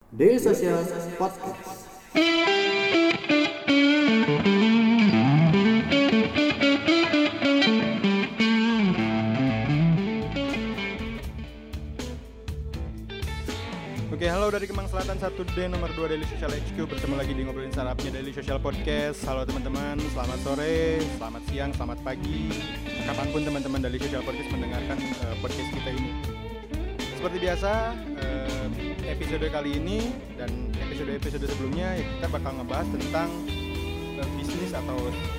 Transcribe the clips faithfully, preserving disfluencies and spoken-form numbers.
Daily Social Podcast. Oke, halo dari Kemang Selatan satu D nomor dua Daily Social H Q. Bertemu lagi di ngobrolin startupnya Daily Social Podcast. Halo teman-teman, selamat sore, selamat siang, selamat pagi, kapanpun teman-teman Daily Social Podcast mendengarkan uh, podcast kita ini. Seperti biasa, uh, episode kali ini dan episode-episode sebelumnya ya kita bakal ngebahas tentang uh, bisnis atau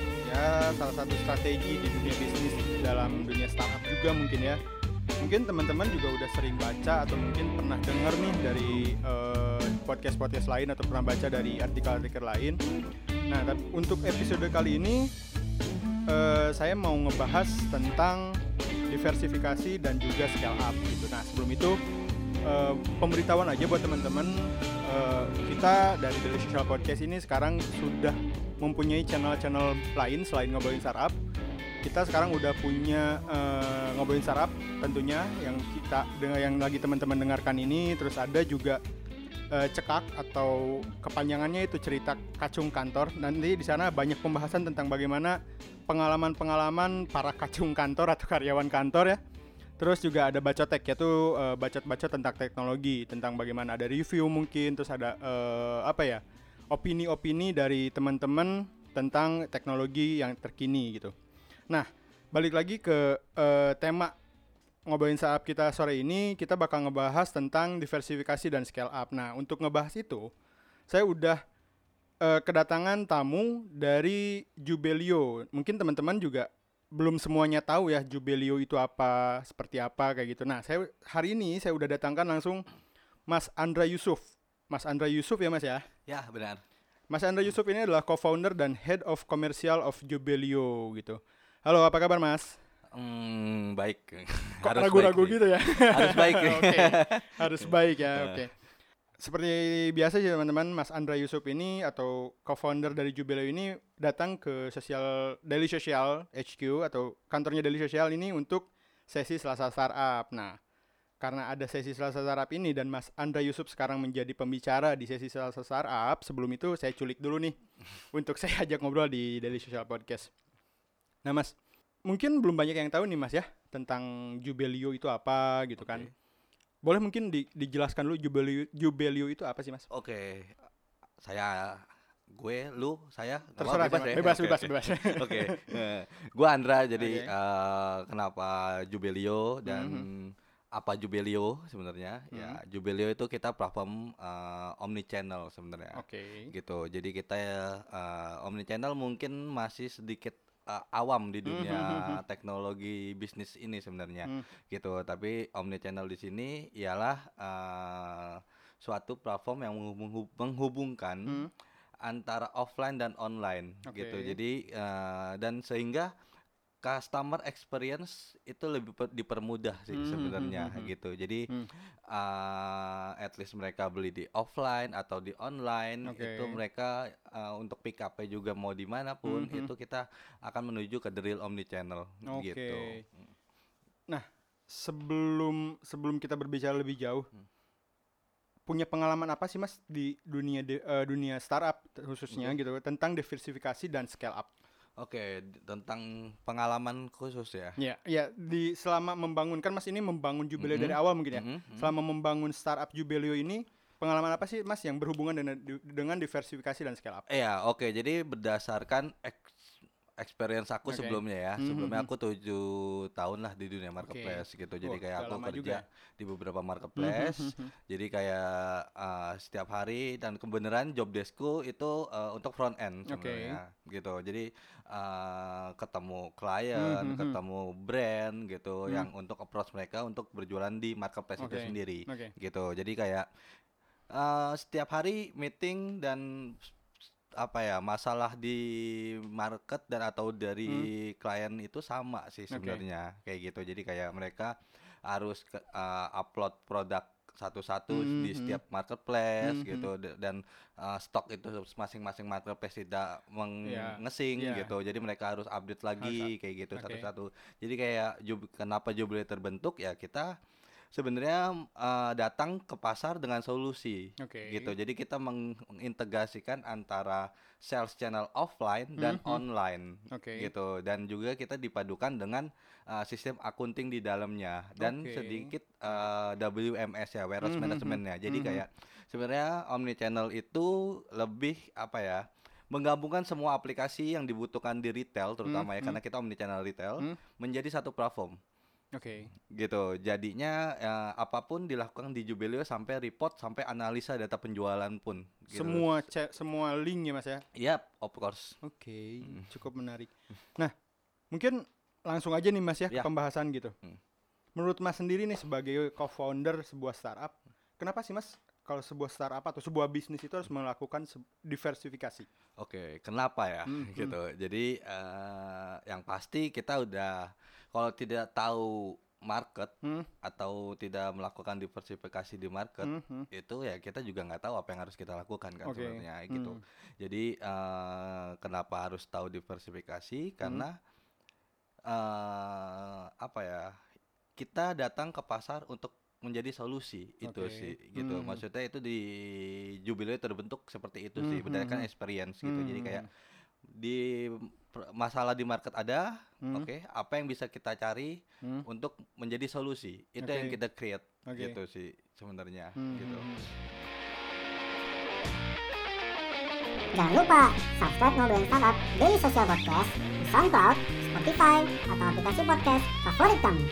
ya salah satu strategi di dunia bisnis dalam dunia startup juga mungkin ya. Mungkin teman-teman juga udah sering baca atau mungkin pernah dengar nih dari uh, podcast-podcast lain atau pernah baca dari artikel-artikel lain. Nah, tapi untuk episode kali ini uh, saya mau ngebahas tentang diversifikasi dan juga scale up gitu. Nah, sebelum itu uh, pemberitahuan aja buat teman-teman, uh, kita dari Daily Social Podcast ini sekarang sudah mempunyai channel-channel lain selain ngobrolin startup. Kita sekarang udah punya uh, ngobrolin startup tentunya yang kita dengan yang lagi teman-teman dengarkan ini, terus ada juga uh, cekak atau kepanjangannya itu cerita kacung kantor. Nanti di sana banyak pembahasan tentang bagaimana pengalaman-pengalaman para kacung kantor atau karyawan kantor ya. Terus juga ada bacotek, yaitu uh, bacot-bacot tentang teknologi, tentang bagaimana ada review mungkin, terus ada uh, apa ya, opini-opini dari teman-teman tentang teknologi yang terkini gitu. Nah, balik lagi ke uh, tema ngobrolin startup kita sore ini, kita bakal ngebahas tentang diversifikasi dan scale up. Nah, untuk ngebahas itu, saya udah uh, kedatangan tamu dari Jubelio. Mungkin teman-teman juga belum semuanya tahu ya Jubelio itu apa, seperti apa kayak gitu. Nah, saya hari ini saya udah datangkan langsung Mas Andra Yusuf. Mas Andra Yusuf ya Mas ya? Ya, benar. Mas Andra Yusuf ini adalah co-founder dan head of commercial of Jubelio gitu. Halo, apa kabar Mas? Hmm, baik. Kok harus ragu-ragu baik, gitu ya? Harus baik. Oke, harus baik ya. Oke. Okay. Seperti biasa sih teman-teman, Mas Andra Yusuf ini atau co-founder dari Jubelio ini datang ke sosial Daily Social H Q atau kantornya Daily Social ini untuk sesi Selasa Startup. Nah, karena ada sesi Selasa Startup ini dan Mas Andra Yusuf sekarang menjadi pembicara di sesi Selasa Startup, sebelum itu saya culik dulu nih untuk saya ajak ngobrol di Daily Social Podcast. Nah Mas, mungkin belum banyak yang tahu nih Mas ya tentang Jubelio itu apa gitu kan. Okay. Boleh mungkin di, dijelaskan dulu Jubelio, Jubelio itu apa sih Mas? Oke, okay. Saya, gue, lu, saya terserah bebas, ya? ya? bebas, okay, bebas, okay. bebas. Oke, okay. uh, gue Andra, jadi okay. uh, kenapa Jubelio dan mm-hmm. apa Jubelio sebenarnya? Mm-hmm. Ya, Jubelio itu kita platform uh, omnichannel sebenarnya. Oke. Okay. Gitu, jadi kita uh, omnichannel mungkin masih sedikit Uh, awam di dunia mm-hmm. teknologi bisnis ini sebenarnya, mm. gitu. Tapi omnichannel di sini ialah uh, suatu platform yang menghubung- menghubungkan mm. antara offline dan online, okay. gitu. Jadi uh, dan sehingga customer experience itu lebih per- dipermudah sih mm-hmm. sebenarnya, mm-hmm. gitu. Jadi mm. uh, at least mereka beli di offline atau di online, okay. itu mereka uh, untuk pick up-nya juga mau dimanapun, mm-hmm. itu kita akan menuju ke the real omnichannel, okay. gitu. Nah, sebelum sebelum kita berbicara lebih jauh, hmm. punya pengalaman apa sih Mas di dunia de, uh, dunia startup khususnya, okay. gitu, tentang diversifikasi dan scale up? Oke, okay, tentang pengalaman khusus ya. Ya, ya di selama membangun, kan Mas ini membangun Jubelio mm-hmm. dari awal mungkin ya. Mm-hmm. Selama membangun startup Jubelio ini, pengalaman apa sih Mas yang berhubungan dengan dengan diversifikasi dan scale up? Iya, oke. Okay, jadi berdasarkan eks- experience aku okay. sebelumnya ya. Mm-hmm. Sebelumnya aku tujuh tahun lah di dunia marketplace, okay. gitu. Jadi oh, kayak aku kerja juga di beberapa marketplace. Mm-hmm. Jadi kayak uh, setiap hari dan kebenaran job deskku itu uh, untuk front end sebenarnya, okay. gitu. Jadi uh, ketemu klien, mm-hmm. ketemu brand gitu, mm. yang untuk approach mereka untuk berjualan di marketplace okay. itu sendiri, okay. gitu. Jadi kayak uh, setiap hari meeting dan apa ya, masalah di market dan atau dari hmm. klien itu sama sih sebenarnya, okay. kayak gitu. Jadi kayak mereka harus ke, uh, upload produk satu-satu mm-hmm. di setiap marketplace, mm-hmm. gitu, dan uh, stok itu masing-masing marketplace tidak mengesing, yeah. yeah. gitu. Jadi mereka harus update lagi, harus, kayak gitu, okay. satu-satu. Jadi kayak jub, kenapa Jubelio terbentuk ya, kita sebenarnya uh, datang ke pasar dengan solusi, okay. gitu. Jadi kita mengintegrasikan antara sales channel offline dan mm-hmm. online, okay. gitu. Dan juga kita dipadukan dengan uh, sistem akunting di dalamnya dan okay. sedikit uh, W M S ya, warehouse mm-hmm. managementnya. Jadi mm-hmm. kayak sebenarnya omnichannel itu lebih apa ya? Menggabungkan semua aplikasi yang dibutuhkan di retail terutama mm-hmm. ya, karena kita omnichannel retail mm-hmm. menjadi satu platform. Oke. Okay. Gitu. Jadinya ya, apapun dilakukan di Jubelio sampai report sampai analisa data penjualan pun. Gitu. Semua cek semua link ya Mas ya? Yap, of course. Oke, okay. hmm. cukup menarik. Nah, mungkin langsung aja nih Mas ya, ya. ke pembahasan gitu. Hmm. Menurut Mas sendiri nih sebagai co-founder sebuah startup, kenapa sih Mas kalau sebuah startup atau sebuah bisnis itu harus melakukan diversifikasi? Oke, okay. kenapa ya? Hmm. Gitu. Hmm. Jadi uh, yang pasti kita udah kalau tidak tahu market hmm. atau tidak melakukan diversifikasi di market hmm. itu ya kita juga nggak tahu apa yang harus kita lakukan kan okay. sebenarnya gitu. Hmm. Jadi uh, kenapa harus tahu diversifikasi? Karena hmm. uh, apa ya? Kita datang ke pasar untuk menjadi solusi itu okay. sih gitu. Hmm. Maksudnya itu di Jubelio terbentuk seperti itu hmm. sih berdasarkan experience gitu. Hmm. Jadi kayak di masalah di market ada, hmm. oke, okay, apa yang bisa kita cari hmm. untuk menjadi solusi itu okay. yang kita create okay. gitu sih sebenarnya hmm. gitu. Jangan lupa subscribe Ngobrolin Startup Daily Social Podcast di SoundCloud, Spotify, atau aplikasi podcast favorit kamu.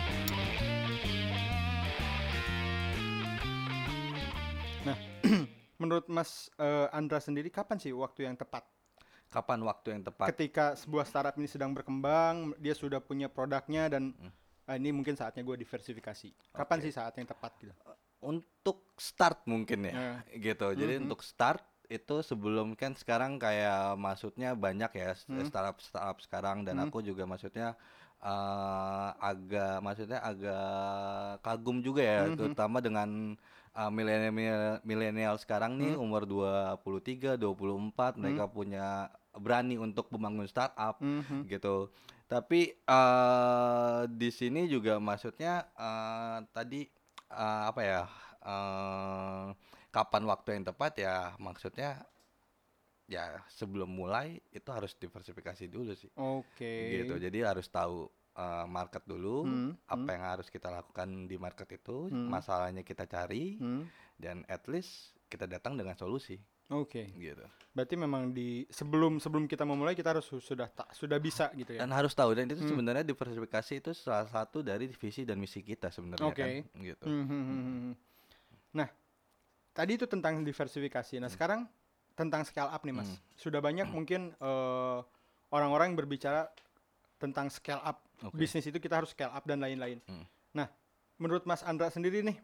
Nah, menurut Mas uh, Andra sendiri kapan sih waktu yang tepat? Kapan waktu yang tepat? Ketika sebuah startup ini sedang berkembang, dia sudah punya produknya dan hmm. uh, ini mungkin saatnya gue diversifikasi. Kapan okay. sih saat yang tepat gitu? Untuk start mungkin ya, yeah. gitu. Jadi mm-hmm. untuk start itu sebelum kan sekarang kayak maksudnya banyak ya mm. startup startup sekarang dan mm. aku juga maksudnya uh, agak maksudnya agak kagum juga ya, mm-hmm. terutama dengan Uh, milenial milenial sekarang nih hmm. umur dua puluh tiga, dua puluh empat hmm. mereka punya berani untuk membangun startup hmm. gitu. Tapi uh, di sini juga maksudnya uh, tadi uh, apa ya? Uh, kapan waktu yang tepat ya? Maksudnya ya sebelum mulai itu harus diversifikasi dulu sih. Oke. Okay. Gitu. Jadi harus tahu Uh, market dulu, hmm, apa hmm. yang harus kita lakukan di market itu, hmm. masalahnya kita cari, hmm. dan at least kita datang dengan solusi. Oke. Okay. Gitu. Berarti memang di sebelum sebelum kita memulai kita harus sudah tak sudah bisa gitu ya. Dan harus tahu dan itu hmm. sebenarnya diversifikasi itu salah satu dari visi dan misi kita sebenarnya okay. kan. Gitu. Hmm, hmm, hmm. Nah, tadi itu tentang diversifikasi. Nah hmm. sekarang tentang scale up nih Mas. Hmm. Sudah banyak hmm. mungkin uh, orang-orang yang berbicara tentang scale up, okay. bisnis itu kita harus scale up dan lain-lain. Hmm. Nah, menurut Mas Andra sendiri nih,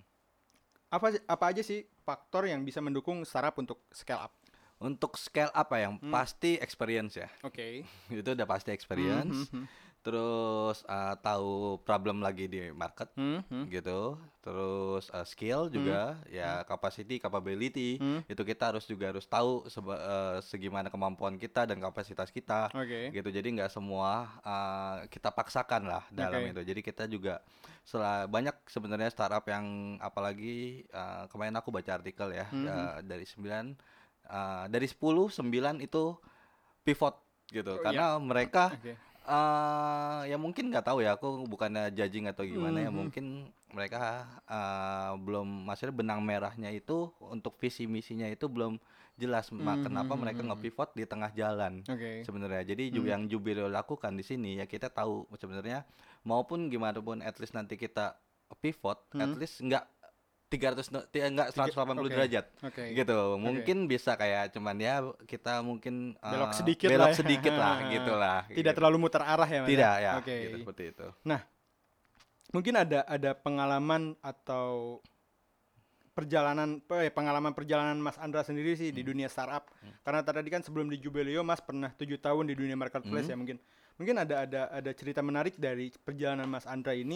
apa apa aja sih faktor yang bisa mendukung startup untuk scale up? Untuk scale up ya, yang hmm. pasti experience ya. Oke. Okay. Itu udah pasti experience. Hmm, hmm, hmm. Terus uh, tahu problem lagi di market, hmm, hmm. gitu. Terus uh, skill juga, hmm. ya capacity, capability. Hmm. Itu kita harus juga harus tahu seba, uh, segimana kemampuan kita dan kapasitas kita, okay. gitu. Jadi nggak semua uh, kita paksakan lah dalam okay. itu. Jadi kita juga setelah banyak sebenarnya startup yang apalagi uh, kemarin aku baca artikel ya, hmm. uh, dari sembilan, uh, dari sepuluh sembilan itu pivot gitu, oh, karena yeah. mereka okay. Uh, ya mungkin nggak tahu ya, aku bukannya judging atau gimana mm-hmm. ya, mungkin mereka uh, belum, maksudnya benang merahnya itu untuk visi misinya itu belum jelas, mm-hmm. kenapa mereka nge-pivot di tengah jalan okay. sebenarnya. Jadi mm-hmm. yang Jubelio lakukan di sini ya kita tahu sebenarnya maupun gimana pun at least nanti kita pivot, mm-hmm. at least nggak tiga ratus enggak seratus delapan puluh okay. derajat okay. gitu. Mungkin okay. bisa kayak cuman ya kita mungkin uh, belok sedikit belok lah, sedikit lah gitulah. Tidak gitu. terlalu muter arah ya Mas. Tidak ya. Okay. Gitu, seperti itu. Nah, mungkin ada ada pengalaman atau perjalanan pengalaman perjalanan Mas Andra sendiri sih hmm. di dunia startup. Hmm. Karena tadi kan sebelum di Jubelio Mas pernah tujuh tahun di dunia marketplace hmm. ya mungkin. Mungkin ada ada ada cerita menarik dari perjalanan Mas Andra ini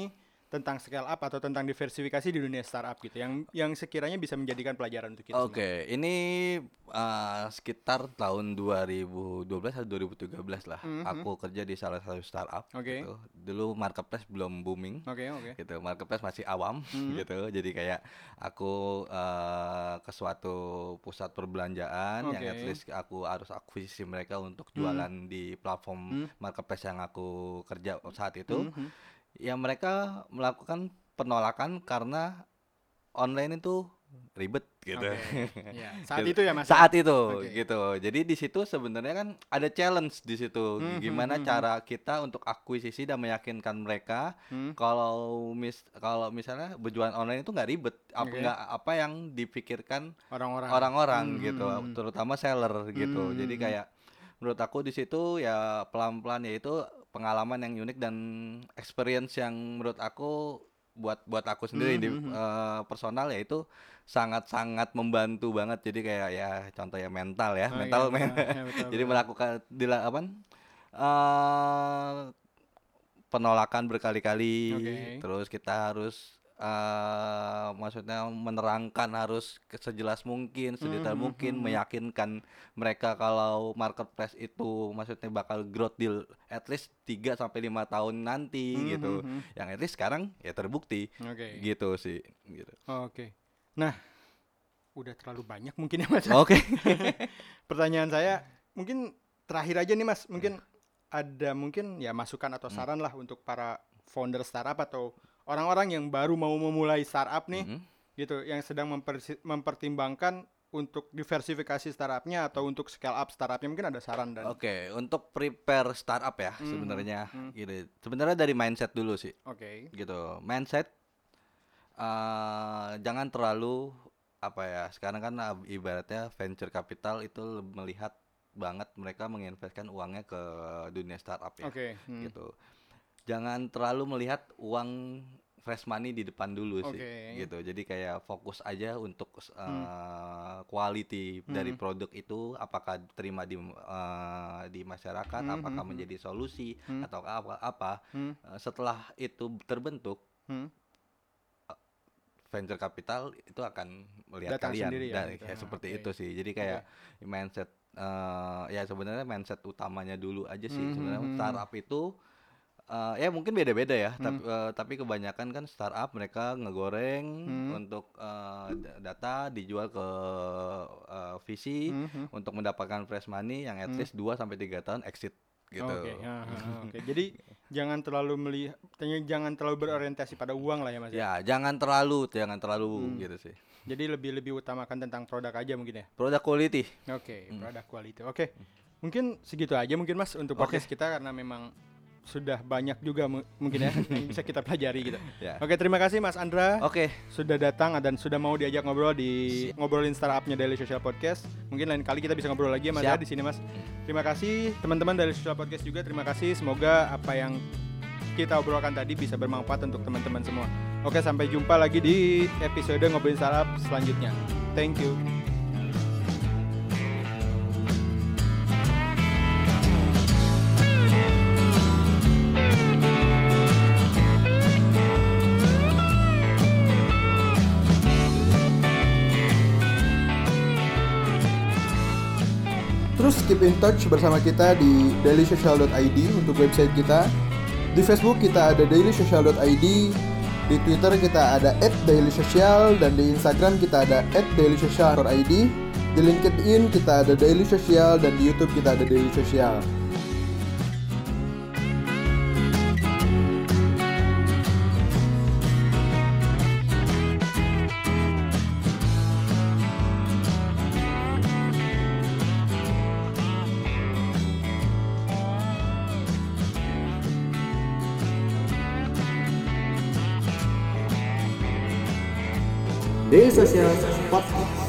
tentang scale up atau tentang diversifikasi di dunia startup gitu yang yang sekiranya bisa menjadikan pelajaran untuk kita. Oke, okay. Ini uh, sekitar tahun dua ribu dua belas atau dua ribu tiga belas lah. Mm-hmm. Aku kerja di salah satu startup. Okay. Gitu. Dulu marketplace belum booming. Oke, okay, oke. Okay. Gitu. Marketplace masih awam mm-hmm. gitu. Jadi kayak aku uh, ke suatu pusat perbelanjaan okay. yang at least aku harus akuisisi mereka untuk jualan mm-hmm. di platform mm-hmm. marketplace yang aku kerja saat itu. Mm-hmm. Ya mereka melakukan penolakan karena online itu ribet gitu. Okay. Yeah. Saat gitu. itu ya Mas. Saat itu okay. gitu. Jadi di situ sebenarnya kan ada challenge di situ. Hmm, Gimana hmm, cara hmm. kita untuk akuisisi dan meyakinkan mereka hmm. kalau mis kalau misalnya berjualan online itu nggak ribet, apa nggak okay. apa yang dipikirkan orang-orang orang-orang hmm, gitu, hmm. terutama seller gitu. Hmm, Jadi kayak menurut aku di situ ya pelan-pelan yaitu pengalaman yang unik dan experience yang menurut aku buat buat aku sendiri mm-hmm. di uh, personal yaitu sangat-sangat membantu banget. Jadi kayak ya contoh ya mental ya, oh, mental iya, men- ya, betul, jadi betul. Melakukan di apa uh, penolakan berkali-kali, okay. Terus kita harus Uh, maksudnya menerangkan harus sejelas mungkin, sedetail mm-hmm. mungkin, meyakinkan mereka kalau marketplace itu maksudnya bakal growth deal at least tiga sampai lima tahun nanti mm-hmm. gitu. Yang at least sekarang ya terbukti. Okay. Gitu sih gitu. Oh, Oke. Okay. Nah, udah terlalu banyak mungkin ya Mas. Oke. Okay. Pertanyaan saya mungkin terakhir aja nih Mas, mungkin ada mungkin ya masukan atau saran mm. lah untuk para founder startup atau orang-orang yang baru mau memulai startup nih, mm-hmm. gitu, yang sedang memper- mempertimbangkan untuk diversifikasi startupnya atau untuk scale up startupnya, mungkin ada saran dan. Oke, okay. Untuk prepare startup ya mm-hmm. sebenarnya, mm-hmm. gitu. Sebenarnya dari mindset dulu sih. Oke. Okay. Gitu, mindset, uh, jangan terlalu apa ya? Sekarang kan ibaratnya venture capital itu melihat banget mereka menginvestkan uangnya ke dunia startup ya, okay. mm. gitu. Jangan terlalu melihat uang fresh money di depan dulu sih, okay. gitu. Jadi kayak fokus aja untuk uh, hmm. quality hmm. dari produk itu, apakah terima di uh, di masyarakat, hmm. apakah hmm. menjadi solusi hmm. atau apa-apa. Hmm. Uh, setelah itu terbentuk, hmm. uh, venture capital itu akan melihat datang kalian ya, dan gitu. ya, seperti okay. itu sih. Jadi kayak okay. mindset, uh, ya sebenarnya mindset utamanya dulu aja sih. Hmm. Sebenarnya startup itu Uh, ya mungkin beda-beda ya, hmm. tapi uh, tapi kebanyakan kan startup mereka ngegoreng hmm. untuk uh, data dijual ke uh, V C hmm. untuk mendapatkan fresh money yang at least hmm. dua sampai tiga tahun exit gitu. Oke. Okay. Uh, uh, okay. Jadi jangan terlalu melihat, jangan terlalu berorientasi pada uang lah ya Mas. Ya, jangan terlalu, jangan terlalu hmm. gitu sih. Jadi lebih lebih utamakan tentang produk aja mungkin ya. Produk quality. Oke, okay, hmm. produk quality. Oke. Okay. Mungkin segitu aja mungkin Mas untuk podcast okay. kita karena memang sudah banyak juga m- mungkin ya yang bisa kita pelajari gitu. Yeah. Oke, terima kasih Mas Andra. Oke. Okay. Sudah datang dan sudah mau diajak ngobrol di si- ngobrolin startupnya Daily Social Podcast. Mungkin lain kali kita bisa ngobrol lagi ya Mas ya di sini Mas. Terima kasih teman-teman Daily Social Podcast juga. Terima kasih. Semoga apa yang kita obrolkan tadi bisa bermanfaat untuk teman-teman semua. Oke, sampai jumpa lagi di episode ngobrolin startup selanjutnya. Thank you. Terus keep in touch bersama kita di daily social dot i d untuk website kita. Di Facebook kita ada daily social dot i d, di Twitter kita ada at dailysocial, dan di Instagram kita ada at dailysocial dot i d. Di LinkedIn kita ada Daily Social, dan di YouTube kita ada Daily Social. Daily Social Podcast.